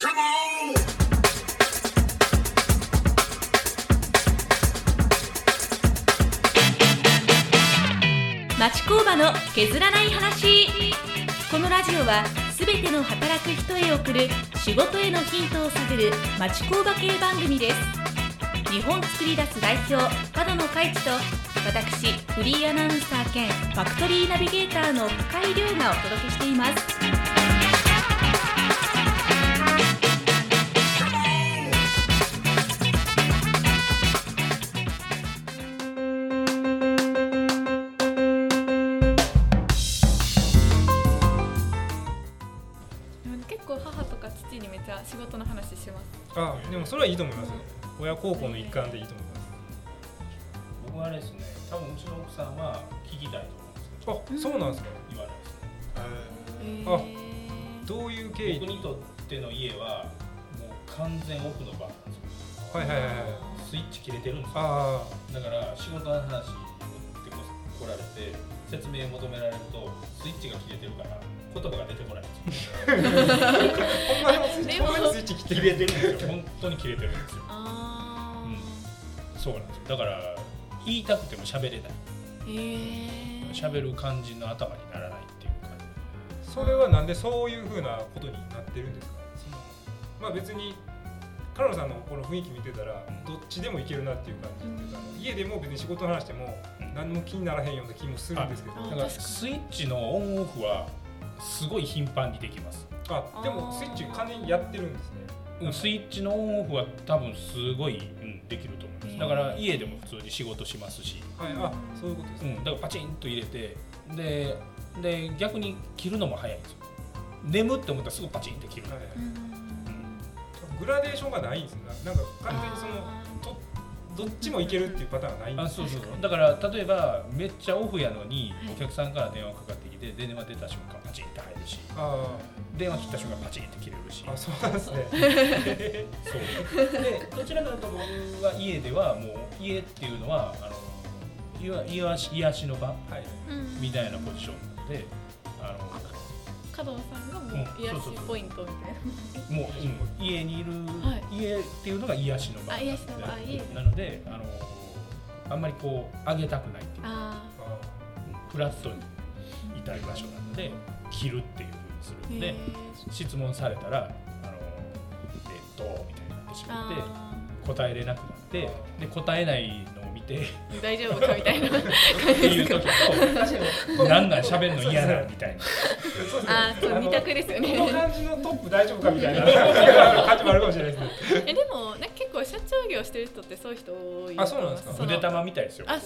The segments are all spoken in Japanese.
町工場の削らない話。このラジオはすべての働く人へ送る仕事へのヒントを探る町工場系番組です。日本作り出す代表角野海地と私フリーアナウンサー兼ファクトリーナビゲーターの深井亮がお届けしています。 結構母とか父にめっちゃ仕事の話します。 あ、でもそれはいいと思います。親孝行の一環でいいと思います。 僕はあれですね、多分うちの奥さんは聞きたいと思うんですけど、 あ、そうなんですか。 言わないですね。 あ、どういう経緯？ 僕にとっての家はもう完全オフの場なんですよ。 はいはいはいはい。 スイッチ切れてるんですよ。 あだから仕事の話持ってこられて説明求められるとスイッチが切れてるから言葉が出てこないんですよ。 ほんまにスイッチ切れてるんですよ。本当に切れてるんですよ。そうなんですよ。だから言いたくても喋れない。喋る感じの頭にならないっていう感じ。 それはなんでそういう風なことになってるんですか？まあ別にカロさんのこの雰囲気見てたらどっちでもいけるなっていう感じっていうか、家でも別に仕事の話しても何も気にならへんような気もするんですけど、 だからスイッチのオンオフはすごい頻繁にできます。 あ、でもスイッチ完全にやってるんですね。 スイッチのオンオフは多分すごい、できると思います。だから家でも普通に仕事しますし、 はい、あ、そういうことですね。 だからパチンと入れてで逆に切るのも早いんですよ。眠って思ったらすぐパチンって切る。 グラデーションがないんですね。なんか完全にそのどっちもいけるっていうパターンがないんですか？ そうだから例えばめっちゃオフやのにお客さんから電話かかってきて、電話出た瞬間パチンって入るし、電話切った瞬間パチンって切れるし。 あ、そうなんですね。 そうでどちらかというと僕は家ではもう家っていうのは癒しの場みたいなポジションなので、 角野さんがもう癒しポイントみたいな。 もう家にいる、家っていうのが癒しの場なので、あんまりこう上げたくないっていうか、フラットにいたい場所なので切るっていう風にするので、質問されたらみたいになってしまって答えれなくなって、で答えないのを見て大丈夫かみたいなっていう時となんなん喋るの嫌だみたいな。 そう二択ですよね。 この感じのトップ大丈夫かみたいな感じもあるかもしれないですね。 でもね、結構社長業してる人ってそういう人多い。 あ、そうなんですか。 腕玉みたいですよ。 多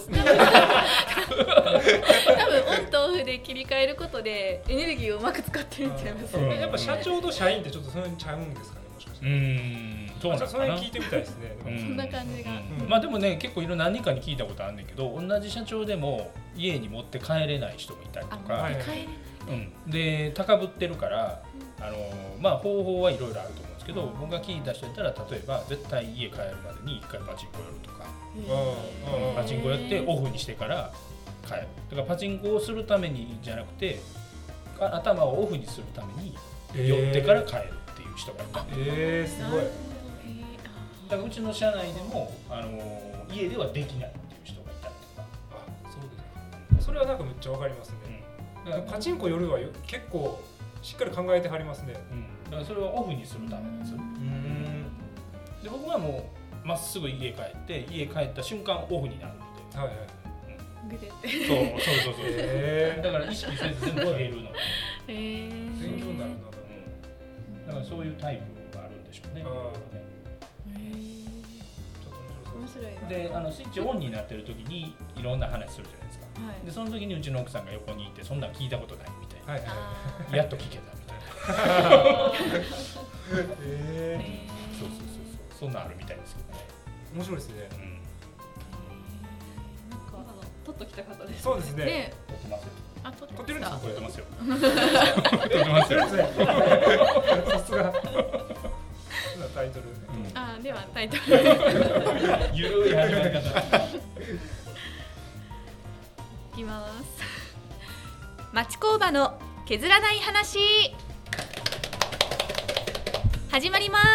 分オンとオフで切り替えることでエネルギーをうまく使ってるんちゃいます？ やっぱ社長と社員ってちょっとその辺ちゃうんですかね、もしかして。 そうなんかな。 それ聞いてみたいですね。 そんな感じが。 まあでもね、結構いろんな何人かに聞いたことあるんだけど、同じ社長でも家に持って帰れない人もいたりとか、で高ぶってるから、まあ方法はいろいろあると思うんですけど、僕が聞いた人いたら、例えば絶対家帰るまでに1回パチンコやるとか、パチンコやってオフにしてから帰る。だからパチンコをするためにじゃなくて、頭をオフにするために寄ってから帰るっていう人がいた。 すごい。 だからうちの社内でも家ではできないっていう人がいたりとか。 あ、そうです。それはなんかめっちゃわかりますね。だからパチンコ夜は結構しっかり考えてはりますね。 だからそれはオフにするためなんですよ。で僕はもうまっすぐ家帰った瞬間オフになるので。はいはい。そう。だから意識せず全部消えるので。 勉強になるな。 だからそういうタイプがあるんでしょうね。でスイッチオンになってる時にいろんな話するじゃないですか。でその時にうちの奥さんが横にいて、そんなん聞いたことないみたいな、やっと聞けたみたいな。そうそんなんあるみたいですけどね。 面白いですね。 なんか取っときたかったです。 そうですね。 撮ってますよ。 撮ってるんですか？ 撮ってますよ。 撮ってますよ。さすが。タイトル。 ではタイトル。 ゆるい始まり方。 いきます。町工場の削らない話。 始まります。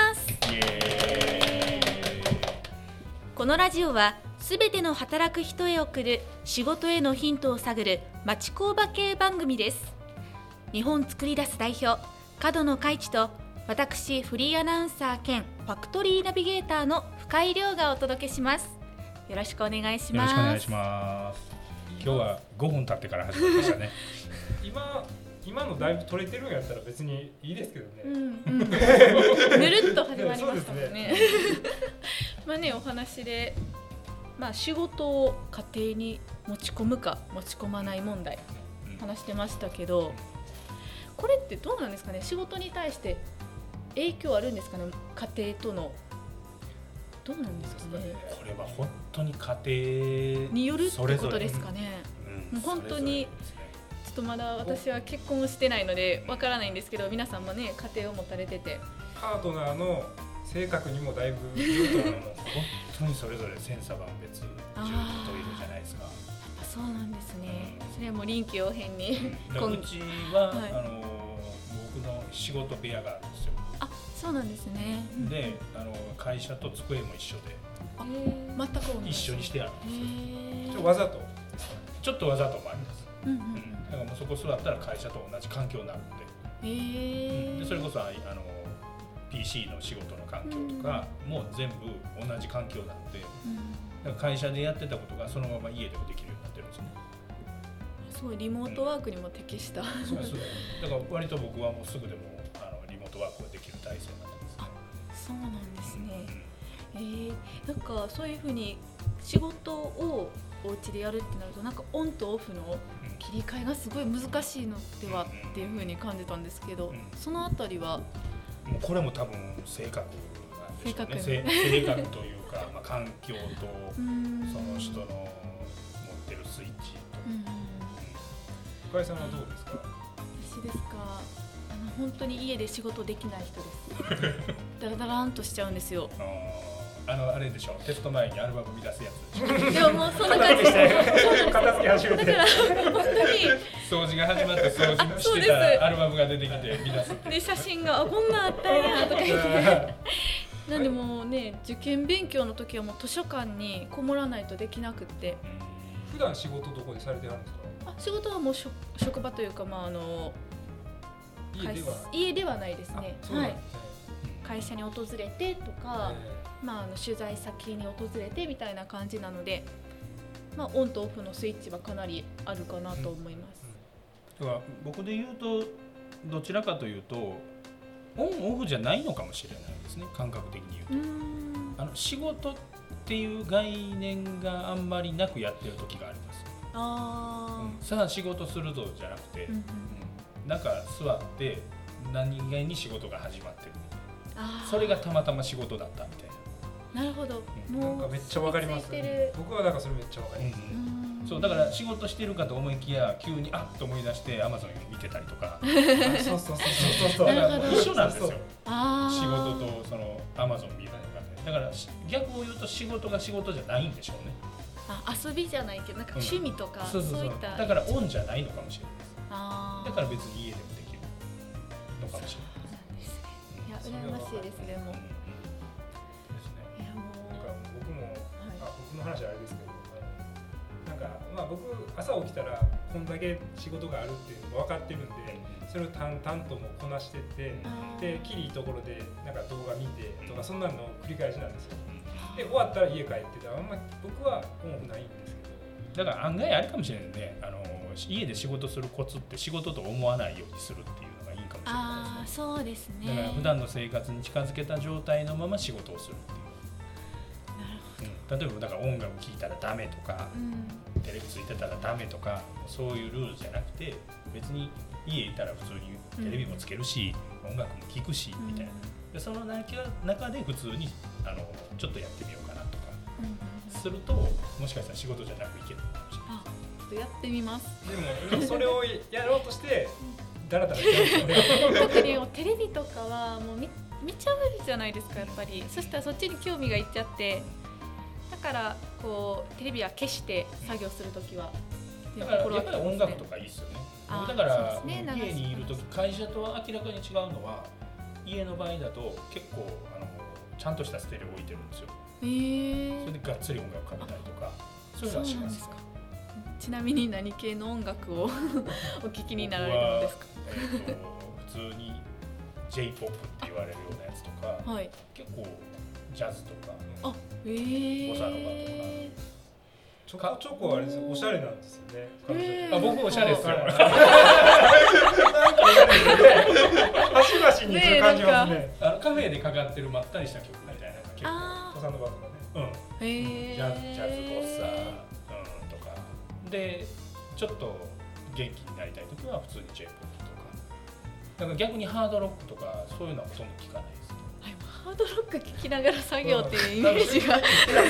このラジオはすべての働く人へ送る仕事へのヒントを探る町工場系番組です。日本作り出す代表角野海地と私フリーアナウンサー兼ファクトリーナビゲーターの深井亮がお届けします。よろしくお願いします。 よろしくお願いします。今日は5分経ってから始まりましたね。 今のだいぶ取れてるんやったら別にいいですけどね。 ぬるっと始まりましたもんね。まあね、お話で、仕事を家庭に持ち込むか持ち込まない問題話してましたけど、これってどうなんですかね。仕事に対して影響あるんですかね。家庭とのどうなんですかね。 これは本当に家庭によるってことですかね。もう本当にちょっとまだ私は結婚してないのでわからないんですけど、皆さんもね家庭を持たれててパートナーの性格にもだいぶよると思います。 本当にそれぞれ千差万別十人十色じゃないですか。 そうなんですね。それはもう臨機応変に。 うちは、僕の仕事部屋があるんですよ。 あ、そうなんですね。 で、会社と机も一緒で、 全く一緒にしてあるんですよ。 わざとちょっとわざともあります。だからもうそこ座ったら会社と同じ環境になるので、でそれこそPC の仕事の環境とかも全部同じ環境なので、だから会社でやってたことがそのまま家でもできるようになってるんですね。 すごいリモートワークにも適した。 そうだから割と僕はもうすぐでもリモートワークができる体制になってます。 そうなんですね。なんかそういうふうに仕事をお家でやるってなると、なんかオンとオフの切り替えがすごい難しいのではっていうふうに感じたんですけど、そのあたりはもうこれも多分性格なんでしょうね。性格というか、環境とその人の持ってるスイッチと。 深井さんはどうですか？ 私ですか。本当に家で仕事できない人です。ダラダランとしちゃうんですよ。 あれでしょ、テスト前にアルバム見出すやつ。でももうそんな感じで片付け始めて。 だから本当に掃除が始まって掃除してたらアルバムが出てきて見出す。 で写真がこんなんあったんやとか言って。なんでもうね、受験勉強の時はもう図書館にこもらないとできなくって。 普段仕事どこでされてるんですか？ 仕事はもう職場というか家ではないですね。はい。会社に訪れてとか。取材先に訪れてみたいな感じなので、オンとオフのスイッチはかなりあるかなと思います。 だから僕で言うとどちらかというとオンオフじゃないのかもしれないですね。感覚的に言うと仕事っていう概念があんまりなくやってる時があります。さあ仕事するぞじゃなくて、なんか座って何気に仕事が始まってる。それがたまたま仕事だったみたいな。 なるほど。 なんかめっちゃわかります。僕はなんかそれめっちゃわかります。 そうだから仕事してるかと思いきや急にあっと思い出して Amazon 見てたりとか。 そう。 だから一緒なんですよ。仕事とその Amazon 見るのがね。だから逆を言うと仕事が仕事じゃないんでしょうね。 遊びじゃないけどなんか趣味とかそういった。 だからオンじゃないのかもしれないです。だから別に家でもできるのかもしれない。 いや羨ましいですね。もう。 僕の話はあれですけど、なんか僕朝起きたらこんだけ仕事があるっていうのが分かってるんで、それを淡々ともこなしてって、できりいいところでなんか動画見てとかそんなの繰り返しなんですよ。で終わったら家帰ってあんまり僕はオンオフないんですけど、だから案外あれかもしれないね。家で仕事するコツって仕事と思わないようにするっていうのがいいかもしれないですね。 そうですね。 だから普段の生活に近づけた状態のまま仕事をするっていう。例えばだから音楽聴いたらダメとか、テレビついてたらダメとか、そういうルールじゃなくて、別に家いたら普通にテレビもつけるし、音楽も聴くしみたいな。でその中で普通にちょっとやってみようかなとか、するともしかしたら仕事じゃなくいけるかもしれない。 やってみます。 でもそれをやろうとしてダラダラしちゃうんですよね。 特にテレビとかはもう見ちゃうじゃないですか、やっぱり。そしたらそっちに興味がいっちゃって、だからこうテレビは消して作業するときは。 だからやっぱり音楽とかいいですよね。だから家にいるとき、会社とは明らかに違うのは、 家の場合だと結構ちゃんとしたステレオ置いてるんですよ。それでがっつり音楽かけたりとか、そういうのはします。 ちなみに何系の音楽をお聴きになられるんですか？ 普通に J-POP って言われるようなやつとか、はい、結構ジャズとか、ボサノバとか。 ちょこちょこあれですよ、おしゃれなんですよね。 僕おしゃれですよ。 端々にそう感じますね。 カフェでかかってるまったりした曲みたいなのが結構、 ボサノバとかね。 ジャズボッサとかでちょっと元気になりたいときは普通に J-POP とか。だから逆にハードロックとかそういうのはほとんど聞かないです。 ハードロック聴きながら作業っていうイメージがなんか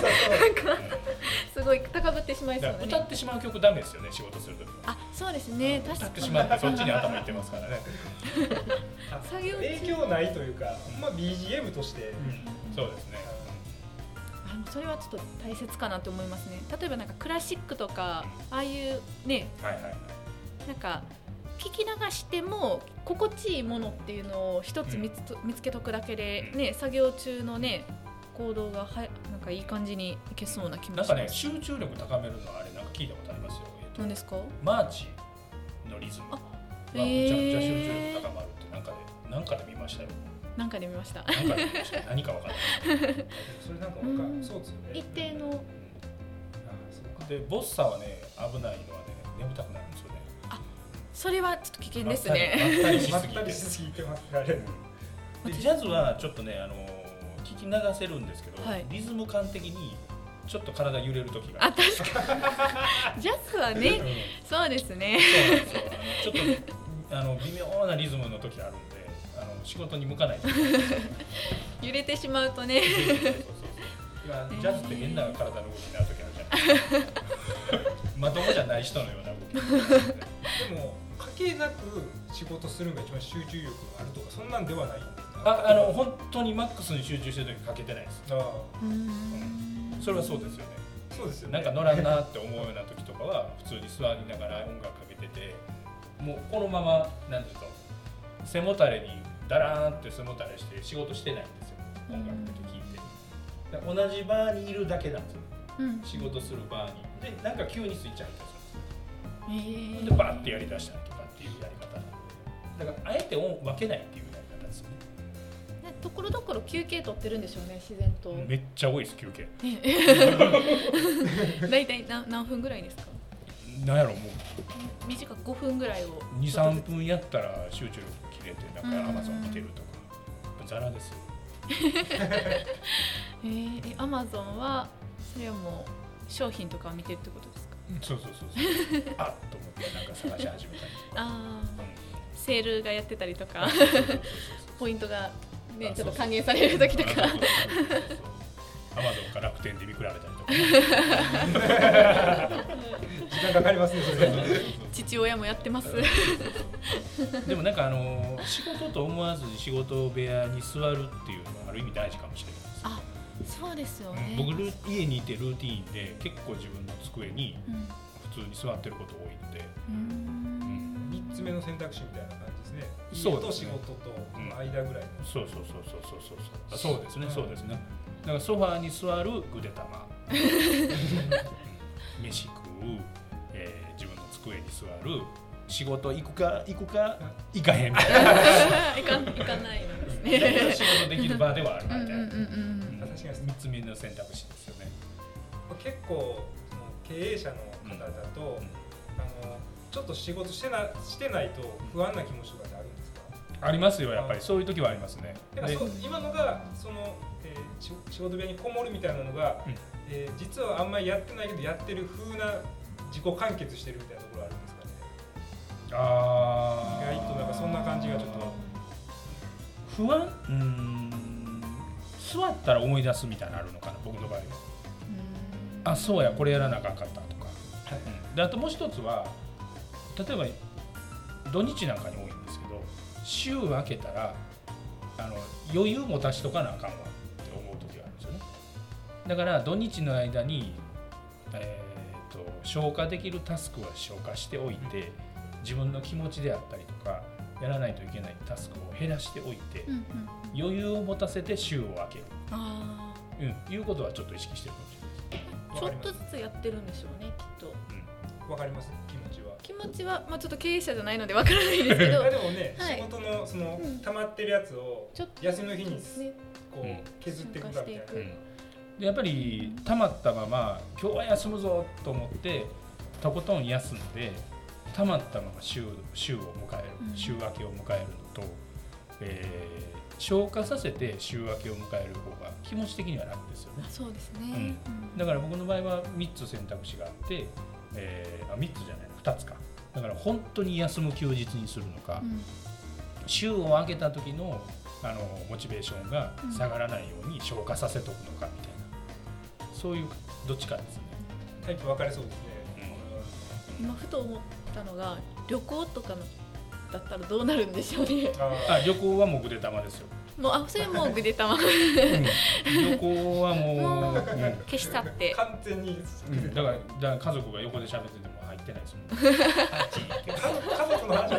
すごい高ぶってしまいそうなね。 歌ってしまう曲ダメですよね、仕事するときは。 そうですね、確かに。 歌ってしまってそっちに頭いってますからね。 作業影響ないというか、BGM として、 そうですね。 それはちょっと大切かなと思いますね。例えばなんかクラシックとかああいうね、なんか聞き流しても心地いいものっていうのを一つ見つけとくだけで、ね、作業中のね行動がなんかいい感じにいけそうな気もします。 なんかね、集中力高めるのはあれなんか聞いたことありますよ。 何ですか？ マーチのリズムがめちゃくちゃ集中力高まるってなんかで見ましたよ。 なんかで見ました。 何かわからない。 それなんかそうですよね。 一定のでボッサはね危ないのはね眠たくなるんですよね。 それはちょっと危険ですね。 まったりしすぎてますからね。 でジャズはちょっとね聞き流せるんですけど、リズム感的にちょっと体揺れる時がある。 確かに。ジャズはね、そうですね。 ちょっと微妙なリズムの時あるんで、仕事に向かない。 揺れてしまうとね。 ジャズって変な体の動きになる時あるじゃないですか。まともじゃない人のような動き。 でも関係なく仕事するのが一番集中力があるとかそんなんではないんですか？ 本当にマックスに集中してる時かけてないです。それはそうですよね。 そうですよね。 なんか乗らんなって思うような時とかは普通に座りながら音楽かけてて、もうこのままなんていうと背もたれにダラーンって背もたれして仕事してないんですよ。音楽だけ聴いて。同じバーにいるだけなんですよ。仕事するバーに。でなんか急にスイッチ入ったりする。でバーってやりだしたりとかっていうやり方だからあえて分けないっていうやり方ですよね。 ところどころ休憩取ってるんでしょうね、自然と。 めっちゃ多いです休憩。 大体何分ぐらいですか？ なんやろもう短く5分ぐらいを 2、3分やったら集中力切れてなんかアマゾン見てるとかザラですよ。 アマゾンはそれはもう商品とかを見てるってことですか？ そうあっと思ってなんか探し始めたりとかセールがやってたりとかポイントが、ね、ちょっと還元される時とかアマゾンか楽天で見比べたりとか時間かかりますねそれ。 父親もやってます。 でもなんか仕事と思わずに仕事部屋に座るっていうのはある意味大事かもしれないです。 そうですよね。 僕家にいてルーティーンで結構自分の机に普通に座ってること多いので、 3つ目の選択肢みたいな感じですね。 家と仕事と間ぐらいの。 そうですね。だからソファーに座るぐでたま、飯食う、自分の机に座る、仕事行くか行かへんみたいな。 行かないですね。 仕事できる場ではあるみたいな。3つ目の選択肢ですよね。 結構経営者の方だと、ちょっと仕事してないと不安な気持ちとかってあるんですか？ ありますよ、やっぱりそういう時はありますね。 今のが仕事部屋にこもるみたいなのが、実はあんまりやってないけどやってる風な自己完結してるみたいなところあるんですかね。意外となんかそんな感じがちょっと不安？座ったら思い出すみたいなのあるのかな、僕の場合は。そうやこれやらなあかんかったとか。であともう一つは例えば土日なんかに多いんですけど、週明けたら余裕持たしとかなあかんわって思う時があるんですよね。だから土日の間に、消化できるタスクは消化しておいて、自分の気持ちであったりとかやらないといけないタスクを減らしておいて、余裕を持たせて週を空ける、いうことはちょっと意識してるかもしれないです。 ちょっとずつやってるんでしょうね、きっと。 わかります？気持ちは。 まあちょっと経営者じゃないのでわからないですけど。 でもね、仕事のその溜まってるやつを休みの日にこう削っていくかみたいな。 でやっぱり溜まったまま今日は休むぞと思ってとことん休んで溜まったまま週を迎える、週明けを迎えるのと、消化させて週明けを迎える方が気持ち的には楽ですよね。 そうですね。 だから僕の場合は3つ選択肢があって、3つじゃない2つか。だから本当に休む休日にするのか、週を明けた時のモチベーションが下がらないように消化させとくのかみたいな、そういうどっちかですね。 タイプ分かれそうですね。 今ふと思ったのが、旅行とかのだったらどうなるんでしょうね。 旅行はもうぐでたまですよ。 もうそれもうぐでたま。 旅行はもう消し去って。 完全に。 だから家族が横で喋ってても入ってないですもん。 家族の話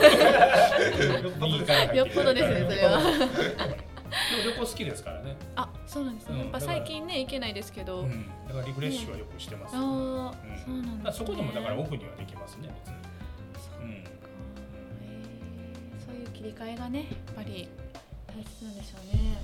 はよっぽどですね、それは。 旅行好きですからね。 そうなんですね。やっぱ最近ね行けないですけど。 だからリフレッシュはよくしてます。 そうなんですね。 そこでもだからオフにはできますね。 そういう切り替えがね、やっぱり大切なんでしょうね。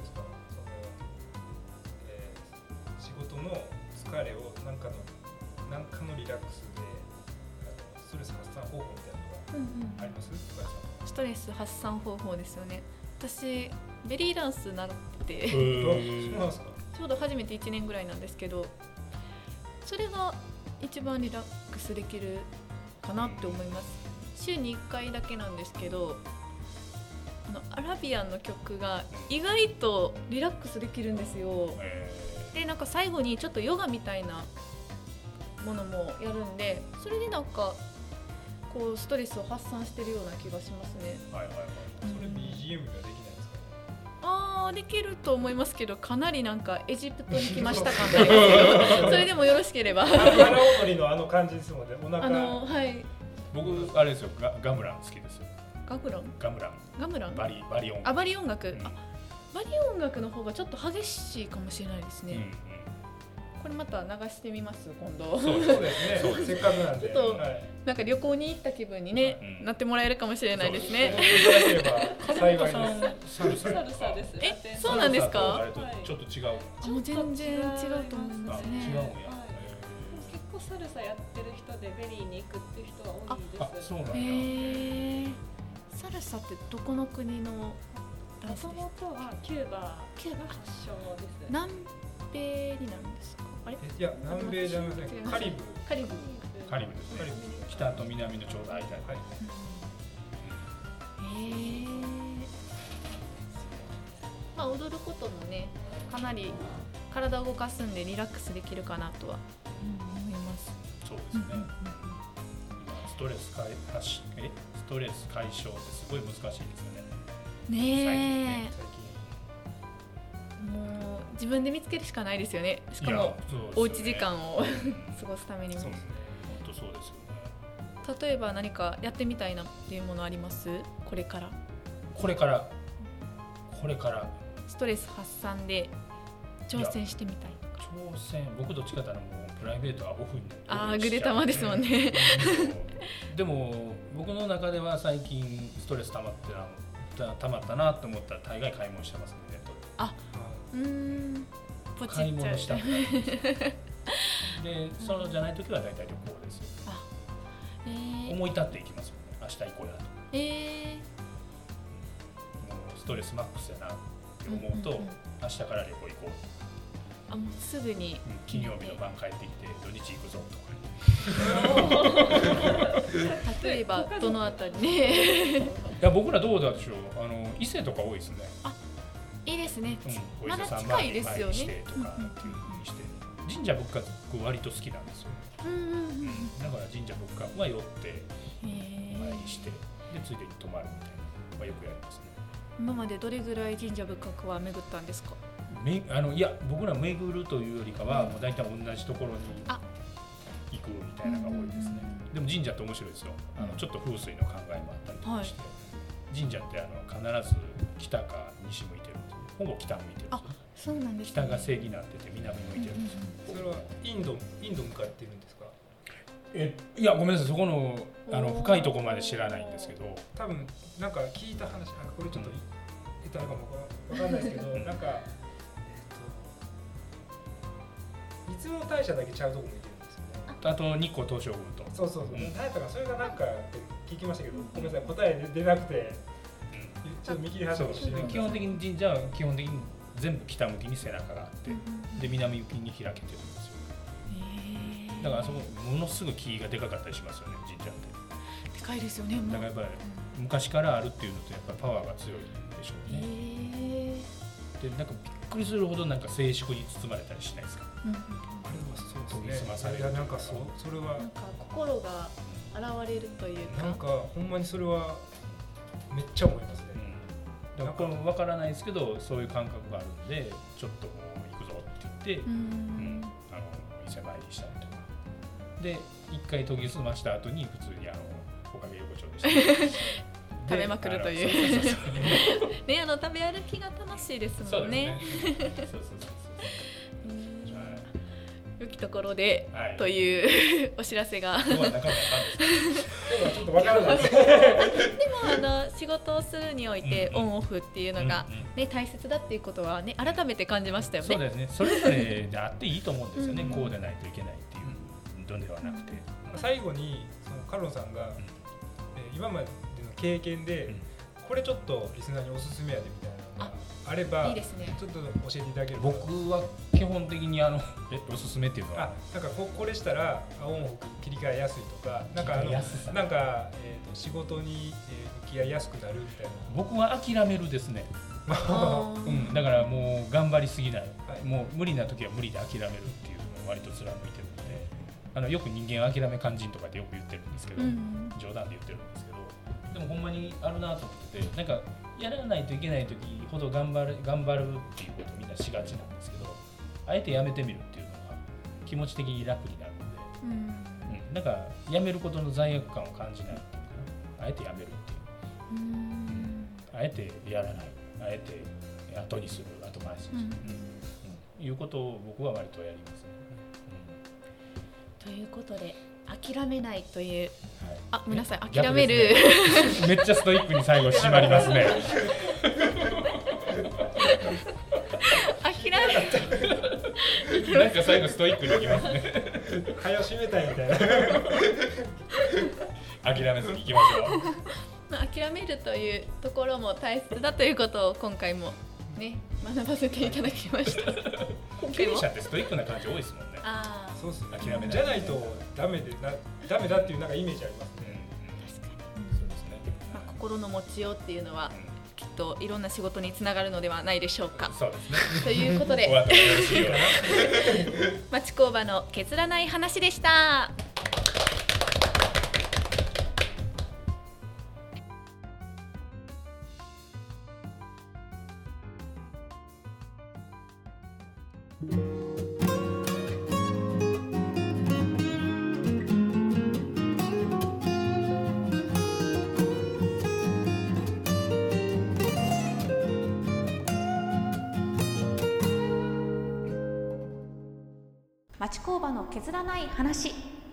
仕事の疲れをなんかのリラックスでストレス発散方法みたいなのがあります？ ストレス発散方法ですよね。私ベリーダンス習ってて、ちょうど初めて1年ぐらいなんですけど、それが一番リラックスできるかなって思います。週に1回だけなんですけど、アラビアンの曲が意外とリラックスできるんですよ。でなんか最後にちょっとヨガみたいなものもやるんで、それでなんかこうストレスを発散してるような気がしますね。 それ BGM ができないんですか？ できると思いますけど、かなりなんかエジプトに来ました感がありますけど、それでもよろしければ。 腹踊りの感じですもんね。お腹。 僕あれですよ、ガムラン好きですよ。ガムラン。バリ音楽。 バリ音楽。バリ音楽の方がちょっと激しいかもしれないですね。これまた流してみます今度。 そうですね。せっかくなんで。 ちょっとなんか旅行に行った気分にね、なってもらえるかもしれないですね。 幸いです。 サルサです。 そうなんですか？ ちょっと違う。 もう全然違うと思いますね。 違うんや。 結構サルサやってる人でベリーに行くっていう人は多いです。 そうなんや。 サルサってどこの国のダンスですか？ もともとはキューバ発祥です。 南米になるんですか？あれ？ いや南米じゃなくてカリブですね。北と南のちょうど間に。 まあ踊ることもね、かなり体を動かすんでリラックスできるかなとは思います。 そうですね。ストレス解消ってすごい難しいですよね。 ねえ。もう自分で見つけるしかないですよね。しかもおうち時間を過ごすためにも。 そうですね。本当そうですよね。 例えば何かやってみたいなっていうものあります？これからストレス発散で挑戦してみたい。 僕どっちかというとプライベートはオフにぐでたまですもんね。 でも僕の中では最近ストレス溜まったなと思ったら大概買い物してますね。 ポチっちゃう。 買い物したくなるで、そうじゃないときは大体旅行ですよ。思い立っていきますよね。明日行こうやと。もうストレスマックスやなって思うと、明日から旅行行こう。 もうすぐに金曜日の晩帰ってきて土日行くぞとか。例えばどのあたりね。 いや僕らどうだでしょう。伊勢とか多いですね。 いいですね。 まだ近いですよね。 とかっていう風にして、神社仏閣割と好きなんですよ。だから神社仏閣は寄ってお参りして、でついでに泊まるみたいなのはよくやりますね。 今までどれぐらい神社仏閣は巡ったんですか？ いや僕ら巡るというよりかは、もう大体同じところに行くみたいなのが多いですね。でも神社って面白いですよ。ちょっと風水の考えもあったりとかして、 神社って必ず北か西向いてるんですよ。ほぼ北向いてるんですよ。 そうなんですね。 北が正義になってて南向いてるんですよ。 それはインド向かってるんですか？ いやごめんなさい、そこの深いところまで知らないんですけど、 多分なんか聞いた話、これちょっと言ったのかもわかんないですけど、なんか出雲大社だけちゃうとこ向いてるんですよね。 あと日光東照宮と。 そうそうそう。何やったかそれがなんか聞きましたけど、ごめんなさい答え出なくて、ちょっと見切り発車してる。 基本的に神社は基本的に全部北向きに背中があって、で南向きに開けてるんですよ。だからそこものすごい木がでかかったりしますよね、神社って。 でかいですよね。 だからやっぱり昔からあるっていうのとやっぱりパワーが強いでしょうね。でなんかびっくりするほどなんか静粛に包まれたりしないですか。 あれはそうですね。 研ぎ澄まされる。 いやなんかそれはなんか心が現れるというか。 なんかほんまにそれはめっちゃ思いますね。 だからこれ分からないですけど、そういう感覚があるんで、ちょっともう行くぞって言って、伊勢参りしたりとか。で一回研ぎ澄ました後に普通におかげ横丁でした食べまくるというね、食べ歩きが楽しいですもんね。良きところで、というお知らせが。でもちょっとわからないです。 でも仕事をするにおいてオンオフっていうのがね大切だっていうことはね改めて感じましたよね。 そうですね。それぞれであっていいと思うんですよね。こうでないといけないっていうのではなくて。 最後にカロンさんが今までの経験でこれちょっとリスナーにおすすめやでみたいなのがあれば、ちょっと教えていただけると。 僕は基本的におすすめっていうのはなんかこれしたらオンオフ切り替えやすいとか、なんか仕事に向き合いやすくなるみたいな。 僕は諦めるですね。だからもう頑張りすぎない、もう無理な時は無理で諦めるっていうのを割と貫いてるので、よく人間諦め肝心とかってよく言ってるんですけど、冗談で言ってるんですけど、でもほんまにあるなと思ってて、なんかやらないといけない時ほど頑張るっていうことみんなしがちなんですけど、あえてやめてみるっていうのは気持ち的に楽になるので、なんかやめることの罪悪感を感じないっていうか、あえてやめるっていう、あえてやらない、あえて後にする、後回しにする、いうことを僕は割とやりますね。 ということで諦めないという、ごめんなさい、 諦めるめっちゃストイックに最後締まりますね。 諦めなんか最後ストイックにいきますね。 会話締めたいみたいな。 諦めずにいきましょう。 諦めるというところも大切だということを今回もね学ばせていただきました。 経営者ってストイックな感じ多いですもんね。 そうですね。 諦めないじゃないとダメだっていうなんかイメージありますね。 確かに。そうですね。心の持ちようっていうのはきっといろんな仕事につながるのではないでしょうか。 そうですね。 ということで、町工場の削らない話でした。町工場の削らない話。